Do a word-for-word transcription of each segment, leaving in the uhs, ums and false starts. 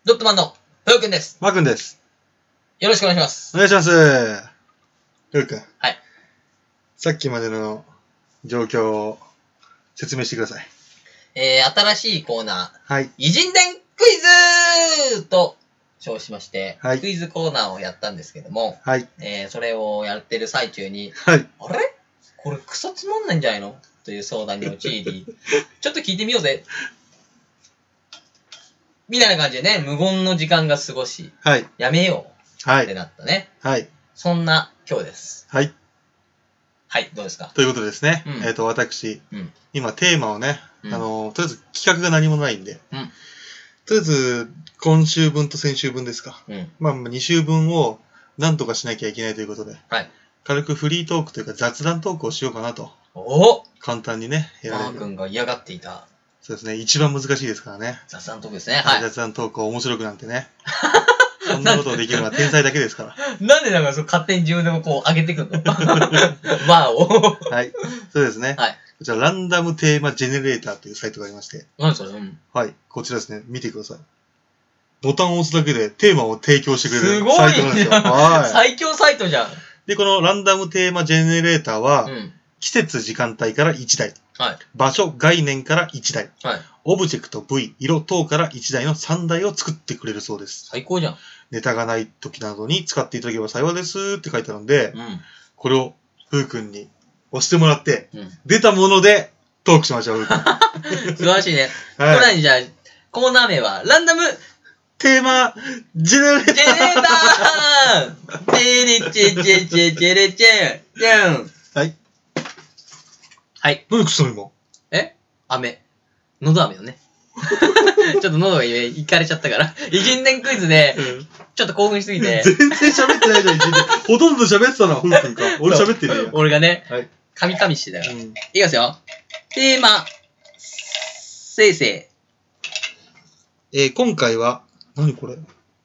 ドットマンのふうくんです。 マーくんです。 よろしくお願いします。 お願いします。ふうくん。 はい。 さっきまでの状況を説明してください。 えー、新しいコーナー。 はい。 偉人伝クイズと称しまして、はい、クイズコーナーをやったんですけども、はい。えー、それをやってる最中に、はい。あれこれクソつまんないんじゃないのという相談に陥り、ちょっと聞いてみようぜ。みたいな感じでね、無言の時間が過ごし、はい。やめよう。はい。ってなったね。はい。そんな今日です。はい。はい、どうですか？ ということですね。うん、えっと、私、うん、今テーマをね、うん、あの、とりあえず企画が何もないんで、うん、とりあえず今週分と先週分ですか。うん、まあ、に週分を何とかしなきゃいけないということで、はい。軽くフリートークというか雑談トークをしようかなと。お簡単にね、 やられる。マー君が嫌がっていた。 そうですね。一番難しいですからね。 雑談トークですね。はい。 雑談トークを面白くなんてね。そんなことをできるのは天才だけですから。 なんでなんかそう勝手に自分でもこう上げてくるのバーを。 はい。そうですね。はい。こちら、ランダムテーマジェネレーターというサイトがありまして。 何それ、うん、 はい。こちらですね。見てください。ボタンを押すだけでテーマを提供してくれるサイトなんですよ。 はい。最強サイトじゃん。 で、このランダムテーマジェネレーターは、うん、季節時間帯からいちだい。はい。場所、概念からいちだい。はい。オブジェクト、部位、色等からいちだいのさんだいを作ってくれるそうです。 最高じゃん。 ネタがない時などに使っていただければ幸いですって書いてあるんで、うん、これをふうくんに押してもらって、うん、出たものでトークしましょう。 素晴らしいね。はい。これじゃあ、コーナー名は、ランダムテーマジェネレータージェネレーターチェレチェチェチェチェレチェチェンはい。はい。 何くそ今え飴。喉飴よね。ちょっと喉がいかれちゃったから。偉人伝クイズで、うん、ちょっと興奮しすぎて。 全然喋ってないじゃん、偉人伝。ほとんど喋ってたのはふうくんか。俺喋ってねえよ。 俺がね、はい、噛み噛みしてたから。うん、いきますよ。テーマ、生成。 えー、今回は、何これ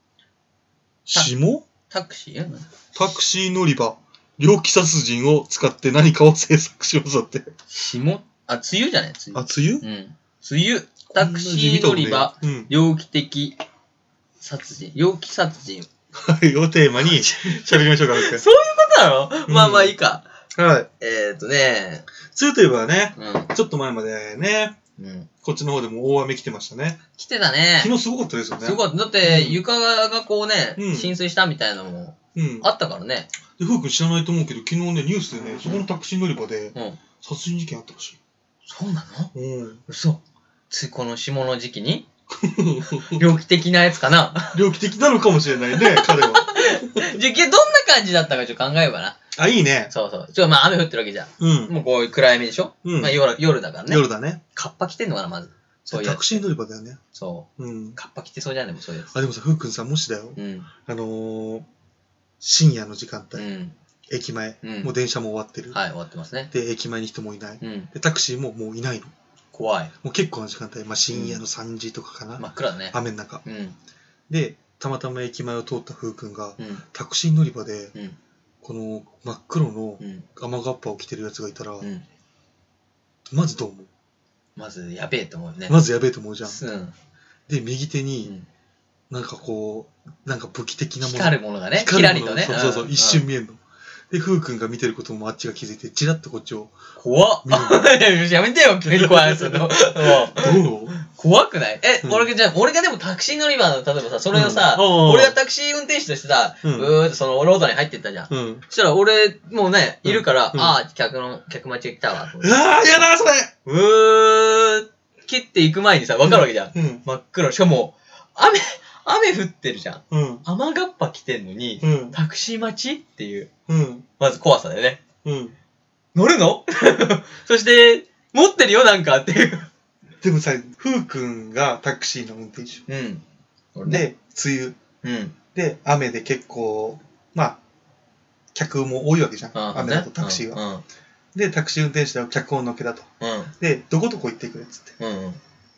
下タクシータクシー乗り場。猟奇殺人を使って何かを制作しますだって。 下あ、梅雨じゃない梅雨。あ、梅雨うん。 梅雨。タクシー乗り場。うん、猟奇的殺人。猟奇殺人。 はい、をテーマに喋りましょうか。そういうことなの、うん、まあまあいいか。 はい。 えーっとね。 梅雨といえばね、うん、ちょっと前までね、うん、こっちの方でも大雨来てましたね。 来てたね。 昨日すごかったですよね。 すごかった。だって、うん、床がこうね、うん、浸水したみたいなのもあったからね。 で、ふうくん知らないと思うけど、昨日ね、ニュースでね、そこのタクシー乗り場で、殺人事件あったらしい。 そうなのうん。嘘。つこの下の時期に猟奇的なやつかな猟奇的なのかもしれないね、彼は。 じゃ、どんな感じだったかちょっと考えようかな。 あ、いいね。 そうそう。ちょ、まあ雨降ってるわけじゃん。うん。もうこういう暗闇でしょうん。まあ夜、夜だからね。 夜だね。 カッパ着てんのかな、まず。 そういう。タクシー乗り場だよね。 そう。うん。カッパ着てそうじゃん、でもそういうやつ。 あ、でもさ、ふうくんさ、もしだよ。うん。あのー、深夜の時間帯。うん。駅前。うん。もう電車も終わってる。 はい、終わってますね。 で、駅前に人もいない。うん。で、タクシーももういないの。 怖い。 もう結構な時間帯。まあ深夜のさんじとかかな。うん、 真っ暗だね。 雨の中。うん。で、たまたま駅前を通ったふうくんが、うん、タクシー乗り場で、うん、この真っ黒の雨がっぱを着てるやつがいたら、うん、まずどう思う？ まずやべえと思うね。 まずやべえと思うじゃん。うん、で、右手に、うん、なんかこう、なんか武器的なもの。 光るものがね。キラリとね。 そうそうそう、うん、一瞬見えんの。で、ふうくんが見てることもあっちが気づいて、チラッとこっちを。 怖っやめてよ、急に怖いやつ。どう怖くないえ、うん、俺が、じゃあ、俺がでもタクシー乗り場の、例えばさ、それをさ、うん、俺がタクシー運転手としてさ、うん、うーってその、ロードに入ってったじゃん。うん、そしたら俺、もうね、いるから、うん、ああ、客の、客待ちが来たわ。 うわー、やだ、それうー、切っていく前にさ、わかるわけじゃん。うん、真っ黒。しかも、雨、雨降ってるじゃん。うん。雨がっぱ来てんのに、うん、タクシー待ちっていう。うん。まず怖さだよね。うん。乗るのそして、持ってるよ、なんかっていう。 でもさ、ふうくんがタクシーの運転手。うん。で、梅雨。うん。で、雨で結構、まあ、客も多いわけじゃん。雨だとタクシーは。うん。で、タクシー運転手は客を乗っけたと。うん。で、どこどこ行ってくれっつって。うん。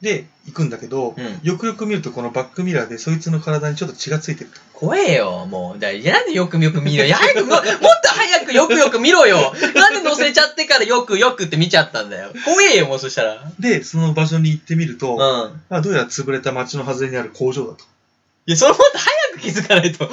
で、行くんだけど、うん、よくよく見るとこのバックミラーでそいつの体にちょっと血がついてる。 怖えよ、もう。だいやなんでよくよく見ろよ。早くも、もっと早くよくよく見ろよ。なんで乗せちゃってからよくよくって見ちゃったんだよ。怖えよ、もうそしたら。 で、その場所に行ってみると、うん、まあ、どうやら潰れた街の外れにある工場だと。 いや、それもっと早く気づかないと。うん、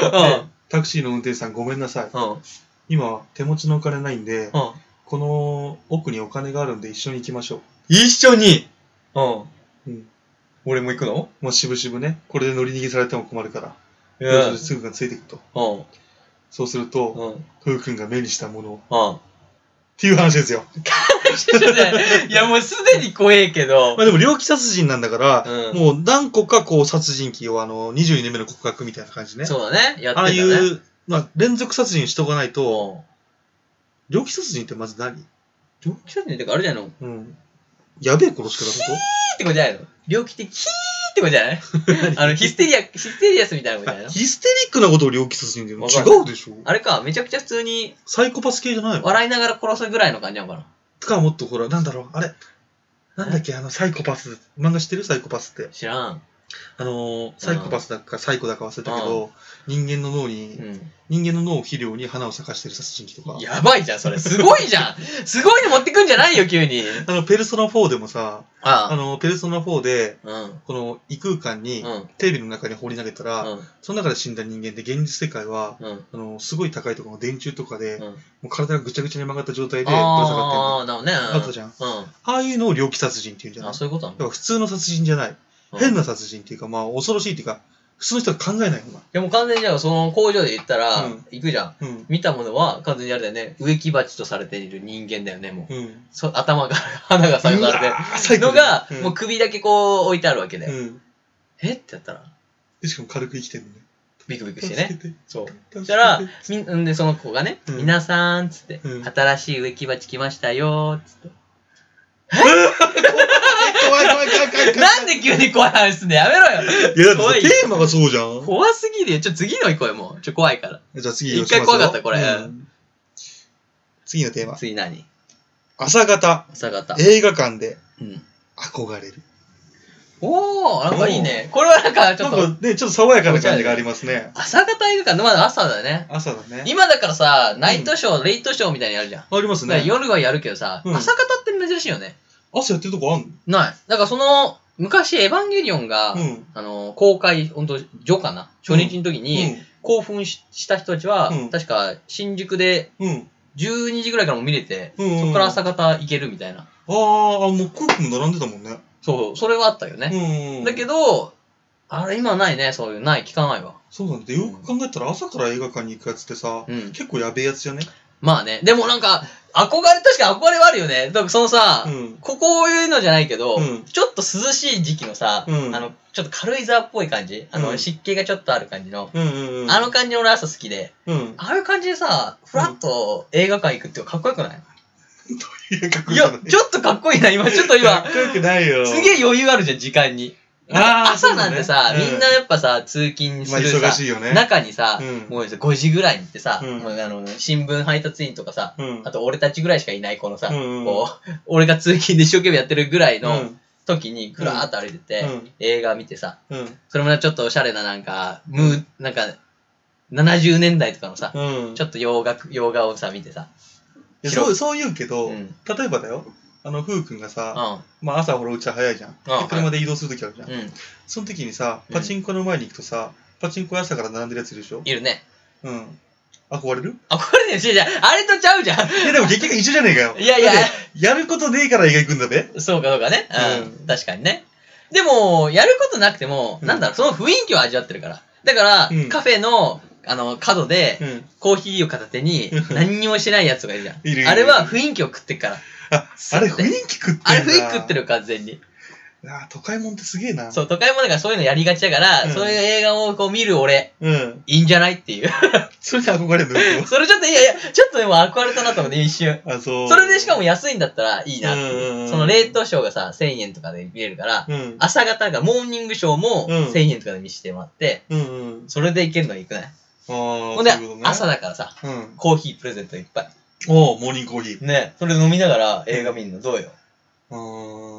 タクシーの運転手さんごめんなさい。うん、今、手持ちのお金ないんで、うん、この奥にお金があるんで一緒に行きましょう。 一緒にうん。うん。俺も行くのもう渋々ね。これで乗り逃げされても困るから。うん。すぐがついていくと。うん。そうすると、うん。ふうくんが目にしたものを。うん。っていう話ですよ。 いや、もうすでに怖えけど。 まあでも、猟奇殺人なんだから、うん、もう何個かこう殺人鬼をあの、にじゅうにねんめの告白みたいな感じね。 そうだね。やってたね。 ああいう、まあ、連続殺人しとかないと、猟奇殺人ってまず何猟奇殺人ってかあれじゃないのうん。 やべえ殺し方だとってことじゃないの猟奇的ヒーってことじゃないあの、ヒステリア、ヒステリアスみたいなことじゃないのヒステリックなことを猟奇殺人って言うの違うでしょあれか、めちゃくちゃ普通に。 サイコパス系じゃないの笑いながら殺すぐらいの感じなのかなとかもっとほら、なんだろう、あれ。なんだっけ、あの、サイコパス。漫画知ってるサイコパスって。 知らん。 あのー、サイコパスだかサイコだか忘れたけど、人間の脳に、うん、人間の脳を肥料に花を咲かしてる殺人鬼とか。 やばいじゃん、それ。すごいじゃん。すごいの持ってくんじゃないよ、急に。 あの、ペルソナフォーでもさ、あああの、ペルソナフォーで、うん、この異空間に、うん、テレビの中に放り投げたら、うん、その中で死んだ人間って現実世界は、うん、あの、すごい高いところの電柱とかで、うん、もう体がぐちゃぐちゃに曲がった状態でぶら下がってるの。 ああ、なるほどね。 あったじゃん。うん、ああいうのを猟奇殺人って言うんじゃない？ あ、そういうことなの？ だから普通の殺人じゃない。変な殺人っていうか、まあ、恐ろしいっていうか、普通の人が考えないような。いやもう完全にじゃあその工場で言ったら、うん、行くじゃん、うん。見たものは完全にあれだよね。植木鉢とされている人間だよね、もう。うん、そ頭から花が咲かれてるのが、うん、もう首だけこう置いてあるわけだよ。うん、えってやったら。 で、しかも軽く生きてるのね。 ビクビクしてね。そう。そしたら、みんで、その子がね、うん、皆さん、つって、うん、新しい植木鉢来ましたよ、つって。え怖い怖い怖い怖い。 なんで急に怖い話すんのやめろよ。 いや、だってテーマがそうじゃん。 怖すぎるよ。ちょ、次の行こうよ、もう。ちょ、怖いから。 じゃあ次行きますよ。一回怖かった、これ。うん、 次のテーマ。 次何？ 朝方。 朝方。 映画館で、憧れる。 おー、なんかいいね。これはなんかちょっと。 なんかね、ちょっと爽やかな感じがありますね。 朝方映画館、まだ朝だね。 朝だね。 今だからさ、ナイトショー、うん、レイトショーみたいにやるじゃん。 ありますね。 夜はやるけどさ、うん、朝方って珍しいよね。 朝やってるとこあんの？ ない。だからその、昔エヴァンゲリオンが、うん、あの、公開、ほんと、ジョかな初日の時に、興奮 し, した人たちは、うん、確か新宿で、じゅうにじぐらいからも見れて、うんうんうん、そこから朝方行けるみたいな。ああ、もう空気も並んでたもんね。 そう、それはあったよね。うんうん、だけど、あれ今ないね、そういう、ない、聞かないわ。 そうなんだ。よく考えたら朝から映画館に行くやつってさ、うん、結構やべえやつじゃね？ まあね。でもなんか、憧れ、確かに憧れはあるよね。だからそのさ、うん、ここいうのじゃないけど、うん、ちょっと涼しい時期のさ、うん、あの、ちょっと軽井沢っぽい感じ、あの、湿気がちょっとある感じの、うんうんうん、あの感じの俺朝好きで、うん、ああいう感じでさ、ふらっと映画館行くってかっこよくない？いや、ちょっとかっこいいな、今、ちょっと今。 かっこよくないよ。 すげえ余裕あるじゃん、時間に。朝なんてさ、ね、みんなやっぱさ、通勤するさ、 まあ忙しいよね、 中にさ、うん、もうごじぐらいに行ってさ、うん、もうあの新聞配達員とかさ、うん、あと俺たちぐらいしかいないこのさ、うんうん、こう、俺が通勤で一生懸命やってるぐらいの時にふらーっと歩いてて、うん、映画見てさ、うん、それもちょっとおしゃれななんか、ムー、なんか、ななじゅうねんだいとかのさ、うん、ちょっと洋楽、洋画をさ、見てさ。 そう、そう言うけど、例えばだよ。あの、ふうくんがさ、うん、まあ朝ほらうちは早いじゃん。うん、車で移動するときあるじゃん、はい。その時にさ、パチンコの前に行くとさ、パチンコ朝から並んでるやついるでしょ？ いるね。 うん。憧れる？ 憧れねえし、じゃあれとちゃうじゃん。いやでも結局一緒じゃねえかよ。 いやいや。 やることねえから映画行くんだべ？ そうかどうかね。うん。確かにね。でも、やることなくても、うん、なんだろう、その雰囲気を味わってるから。だから、うん、カフェの、あの、角で、うん、コーヒーを片手に、何にもしないやつがいるじゃん。いるいるいる。あれは雰囲気を食ってっから。 あ、あれ雰囲気食ってるあれ雰囲気食ってる完全に。 ああ、都会もんってすげえな。 そう、都会もんだからそういうのやりがちだから、うん、そういう映画をこう見る俺、うん、いいんじゃないっていう。 それに憧れるの？ それちょっと、いやいや、ちょっとでも憧れたなと思って一瞬。 あ、そう。 それでしかも安いんだったらいいなっていう。そのレートショーがさ、せんえんとかで見れるから、うん、朝方がモーニングショーもせんえんとかで見せてもらって、うんうん、それでいけるのいくない？ほんで、ね、朝だからさ、うん、コーヒープレゼントいっぱい。 おー、モーニングコーヒー。 ね、それ飲みながら映画見るのどうよ？ うーん。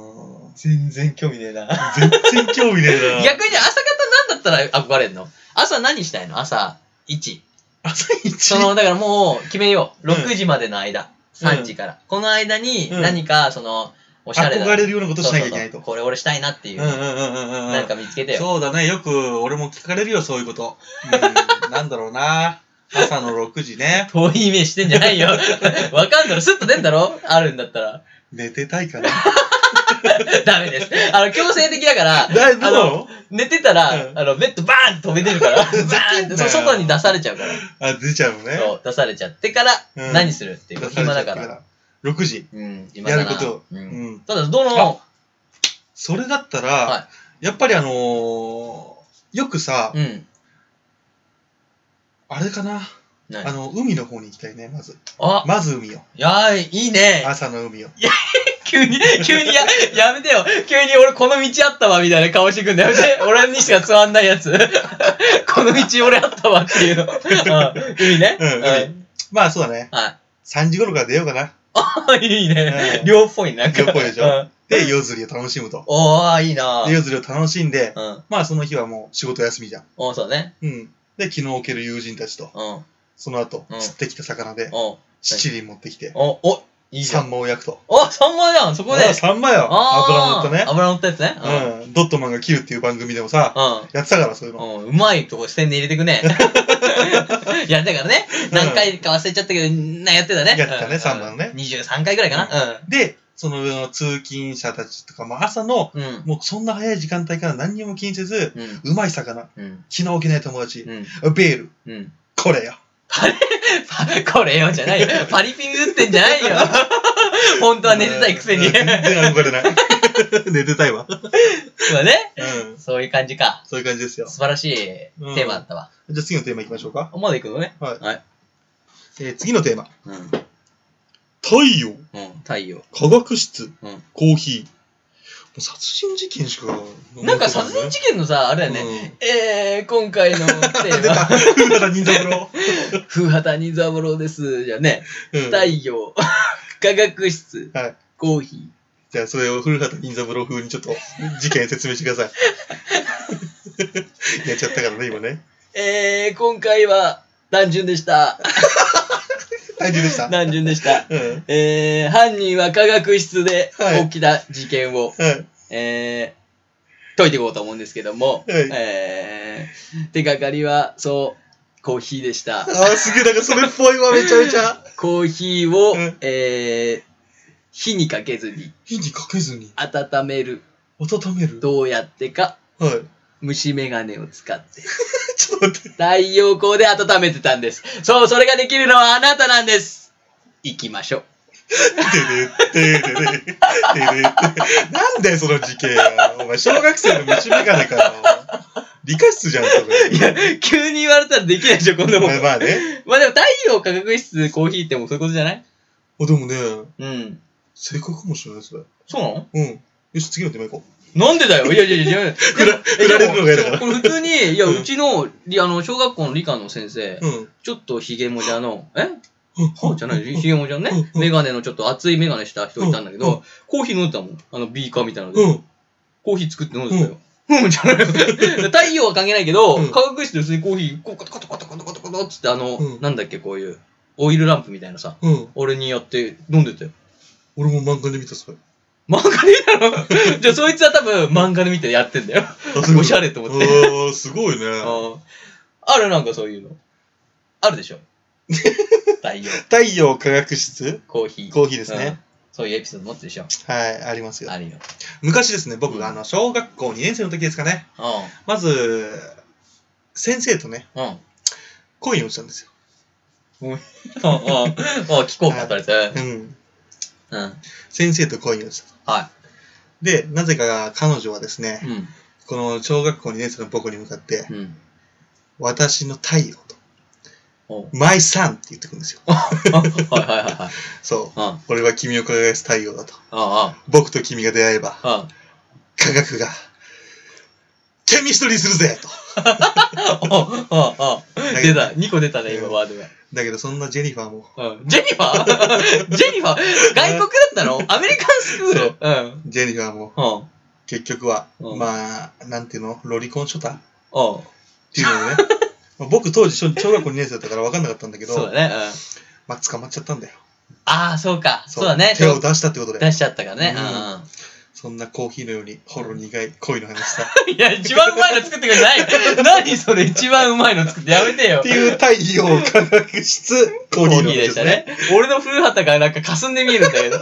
全然興味ねえな。 全然興味ねえな。 逆に朝方なんだったら憧れんの？朝何したいの？朝いち。 朝いち？ その、だからもう決めよう。ろくじまでの間。うん、さんじから。この間に何か、その、おしゃれな。 憧れるようなことしなきゃいけないと。 そうそうそう、これ俺したいなっていう。うんうんうんうん。なんか見つけてよ。 そうだね。よく俺も聞かれるよ、そういうこと。うん、なんだろうな。朝のろくじね。 遠いイメージしてんじゃないよ。わかんだろ、スッと出んだろ、あるんだったら。 寝てたいかな。 ダメです。あの、強制的だから、 だいぶの寝てたら、うん、あの、ベッドバーンって飛び出るから、バーンって外に出されちゃうから。 あ、出ちゃうのね。 そう、出されちゃってから、何するっていう。暇だから。 ろくじ。 うん、 今だな。やること。 うん。ただ、どの、 それだったら、はい、やっぱりあのー、よくさ、うん、あれかな。あの、海の方に行きたいね、まず。あまず海を。 いやー、いいね。 朝の海を。 いや、急に、急にや、やめてよ。急に俺この道あったわ、みたいな顔してくんだよ。やめて。俺にしかつまんないやつ。この道俺あったわっていうの。うん、海ね。 うん、海。まあ、そうだね。はい。さんじ頃から出ようかな。 あ、いいね。寮っぽいなんか。 寮っぽいでしょ。で、夜釣りを楽しむと。 おー、いいな。 で、夜釣りを楽しんで、まあ、その日はもう仕事休みじゃん。 おー、そうね。 うん。で、昨日置ける友人たちと。うん。その後、釣ってきた魚で、七輪持ってきて、 お、お、いいじゃん。 サンマを焼くと。 お、サンマじゃん、そこで。 サンマよ。油乗ったね。 油乗ったやつね。 うん。ドットマンが切るっていう番組でもさ、やってたからそういうの。 うまいとこ視点で入れてくね。いや、だからね、何回か忘れちゃったけど、な、やってたね。 やってたね、サンマのね。 にじゅうさんかいぐらいかな。 で、その通勤者たちとか、朝の、もうそんな早い時間帯から何にも気にせず、うまい魚、気の置けない友達、ベール、これよ。 パリ、これよじゃないよ。パリピン打ってんじゃないよ。本当は寝てたいくせに。 全然憧れない。寝てたいわ。 そうね。うん。そういう感じか。 そういう感じですよ。 素晴らしいテーマだったわ。 じゃあ次のテーマいきましょうか。 まだ行くのね。 はい。はい。えー、次のテーマ。 うん。 太陽。うん。 太陽。 化学室。うん。コーヒー。殺人事件しか、 なんか殺人事件のさ、あれだよね。うん、えー、今回のテーマ。 風畑任三郎。 風畑任三郎です。じゃあね。うん、太陽、化学室、はい、コーヒー。 じゃあそれを古畑任三郎風にちょっと事件説明してください。やっちゃったからね、今ね。 えー、今回は単純でした。 単純でした。 単純でした。うん、えー、犯人は化学室で起きた事件を、はい、えー、解いていこうと思うんですけども、はい、えー、手がかりは、そう、コーヒーでした。 あー、すげえ、なんかそれっぽいわ、めちゃめちゃ。 コーヒーを、うん、えー、火にかけずに。 火にかけずに温める。 温めるどうやってか。 はい。 虫眼鏡を使って。 ちょっと待って。 太陽光で温めてたんです。そう、それができるのはあなたなんです。行きましょう。 てれってれれ。てれって。なんだよ、その事件。お前、小学生の虫眼鏡かよ。理科室じゃん、それ。 いや、急に言われたらできないでしょ、こんなもん。 まあね。 まあでも、太陽化学室コーヒーってもそういうことじゃない？ あ、でもね。 うん。 正解かもしれない、それ。 そうなの？ うん。よし、次のテーマ行こう。 なんでだよ。いやいやいやいや。 振ら、振られるのが嫌だから。 これ普通に、いや、うちの、あの、小学校の理科の先生、うん、ちょっとヒゲもじゃの、えはじゃないヒゲもじゃんね。メガネのちょっと熱いメガネした人いたんだけど、コーヒー飲んでたもん。あの、ビーカーみたいなので。コーヒー作って飲んでたよ。うん、じゃないよ。太陽は関係ないけど、化学室で普通にコーヒー、こう、カタカタカタカタカタカタつって、あの、なんだっけ、こういう、オイルランプみたいなさ、俺にやって飲んでたよ。 俺も漫画で見た、それ。 漫画で見たの？じゃあそいつは多分漫画で見てやってんだよ。おしゃれと思って。 ああ、すごいね。 あるなんかそういうの。あるでしょ。太陽。 太陽化学室コーヒー。 コーヒーですね、うん。 そういうエピソード持ってるでしょ。 はい、ありますよ。 あるよ。 昔ですね、僕があの、小学校にねん生の時ですかね。うん、まず、先生とね、うん、恋をしたんですよ。 うん。ああ、聞こうか、とりあえず。うん。 うん、先生と恋をした。はい。で、なぜか彼女はですね、うん、この小学校にねん生の僕に向かって、うん、私の太陽と、マイサンって言ってくるんですよ。はいはいはいはい。そう。うん、俺は君を輝かす太陽だと。ああ僕と君が出会えば、ああ科学が、ケミストリーするぜと。 出た。にこ出たね、今、ワードが。 だけど、そんなジェニファーも。 うん。ジェニファージェニファー外国だったのアメリカンスクールうん。 ジェニファーも。うん。結局は、まあ、なんていうのロリコンショタうん。っていうのをね。僕当時、小学校にねん生だったから分かんなかったんだけど。 そうだね。うん。 まあ、捕まっちゃったんだよ。 ああ、そうか。そうだね。 手を出したってことで。 出しちゃったからね。うん。 そんなコーヒーのように、ほろ苦い恋の話さ。 いや、一番うまいの作ってくれない。何それ一番うまいの作ってやめてよ。 っていう太陽科学室、 コーヒーでしたね。俺の古畑がなんか霞んで見えるんだけど。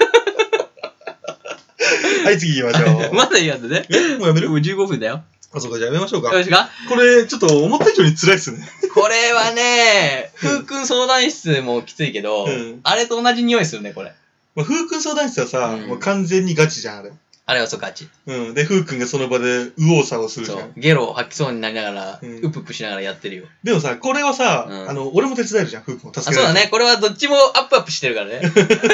はい、次行きましょう。 まだいいやつね。 えもうやめるもうじゅうごふんだよ。 あ、そうか、じゃあやめましょうか。 よろしいかこれ、ちょっと思った以上に辛いっすね。 これはね、ふうくん相談室もきついけど、うん、あれと同じ匂いするね、これ。 まあ、ふうくん相談室はさ、うん、もう完全にガチじゃん、あれ。 あれはそうガチ。 うん。で、ふうくんがその場で右往左往するじゃん。そう。 ゲロを吐きそうになりながら、うん、うぷうぷしながらやってるよ。 でもさ、これはさ、うん、あの、俺も手伝えるじゃん、ふうくんを助けられる。あ、 そうだね。これはどっちもアップアップしてるからね。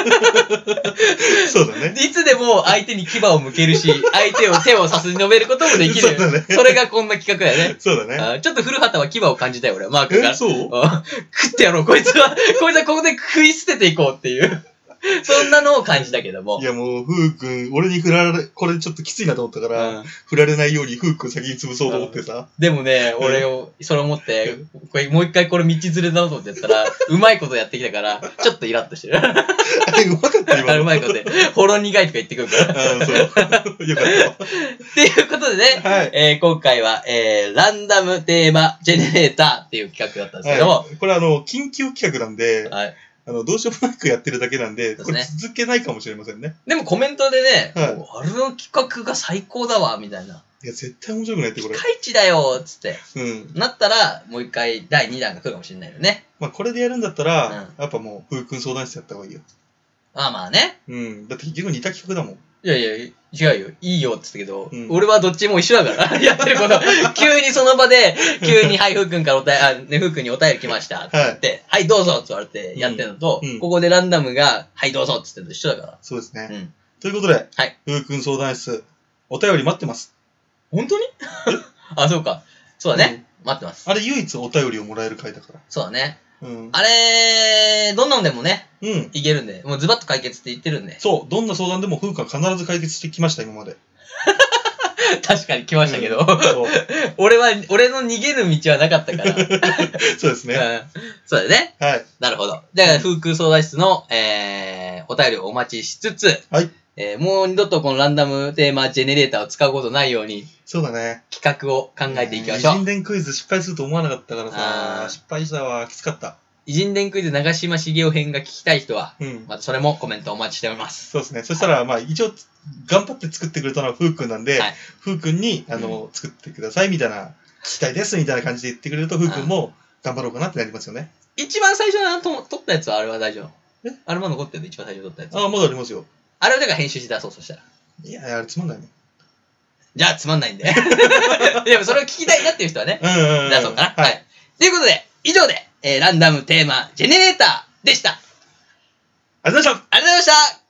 そうだね。 いつでも相手に牙を向けるし、相手を手をさすに伸べることもできる。そうだね。それがこんな企画だよね。 そうだね。 あちょっと古畑は牙を感じたよ、俺は。マークが。 え、そう食ってやろう、こいつは。こいつはここで食い捨てていこうっていう。そんなのを感じたけども。 いやもう、ふうくん、俺に振られ、これちょっときついなと思ったから、うん、振られないようにふうくん先に潰そうと思ってさ。うん、 でもね、俺を、それ思って、これもう一回これ道連れだと思ってやったら、うまいことやってきたから、ちょっとイラッとしてる。あれ、うまかった今うまいことで、ほろ苦いとか言ってくるから。 ああ、そう。よかった。っていうことでね、はいえー、今回は、えー、ランダムテーマジェネレーターっていう企画だったんですけども。 はい、これあの、緊急企画なんで、はいあの、どうしようもなくやってるだけなんで、でね、これ続けないかもしれませんね。 でもコメントでね、はい、あれの企画が最高だわ、みたいな。 いや、絶対面白くないってこれ。 ピカイチだよ、つって。うん。なったら、もう一回だいにだんが来るかもしれないよね。 まあ、これでやるんだったら、うん、やっぱもう、ふうくん相談室やった方がいいよ。 ああ、まあね。 うん。だって結局似た企画だもん。 いやいや、違うよ。いいよって言ったけど、うん、俺はどっちも一緒だから。やってること。急にその場で、急に、はい、ふうくんからおたあ、ね、ふうくんにお便り来ましたって言って、はい、はい、どうぞって言われてやってるのと、うん、ここでランダムが、はい、どうぞって言ってるのと一緒だから。 そうですね。うん、ということで、はい、ふうくん相談室、お便り待ってます。 本当にあ、そうか。そうだね。うん、待ってます。 あれ唯一お便りをもらえる回だから。 そうだね。うん、あれ、どんなんでもね、うん。いけるんで、もうズバッと解決って言ってるんで。 そう、どんな相談でも風花は必ず解決してきました、今まで。 確かに来ましたけど、うん、そう俺は、俺の逃げる道はなかったから。 そうですね、うん。 そうだね。はい。なるほど。じゃあ、風空相談室の、えー、お便りをお待ちしつつ、はい。えー、もう二度とこのランダムテーマジェネレーターを使うことないように、 そうだね。 企画を考えていきましょう。 偉人伝クイズ失敗すると思わなかったからさ、失敗したわ、きつかった。 偉人伝クイズ長嶋茂雄編が聞きたい人は、うん、またそれもコメントお待ちしております。 そうですね。そしたら、まあ一応、頑張って作ってくれたのはふうくんなんで、はい、ふうくんに、あの、うん、作ってくださいみたいな、聞きたいですみたいな感じで言ってくれると、ふうくんも頑張ろうかなってなりますよね。 一番最初にと撮ったやつはあれは大丈夫？えあれも残ってるの一番最初に撮ったやつ。 ああ、まだありますよ。 あれをだから編集して出そう、そしたら。 いや、あれつまんないね。 じゃあつまんないんで。でもそれを聞きたいなっていう人はね、うんうんうん、出そうかな。はい。はい、ということで、以上で、えー、ランダムテーマジェネレーターでした。 ありがとうございました。 ありがとうございました。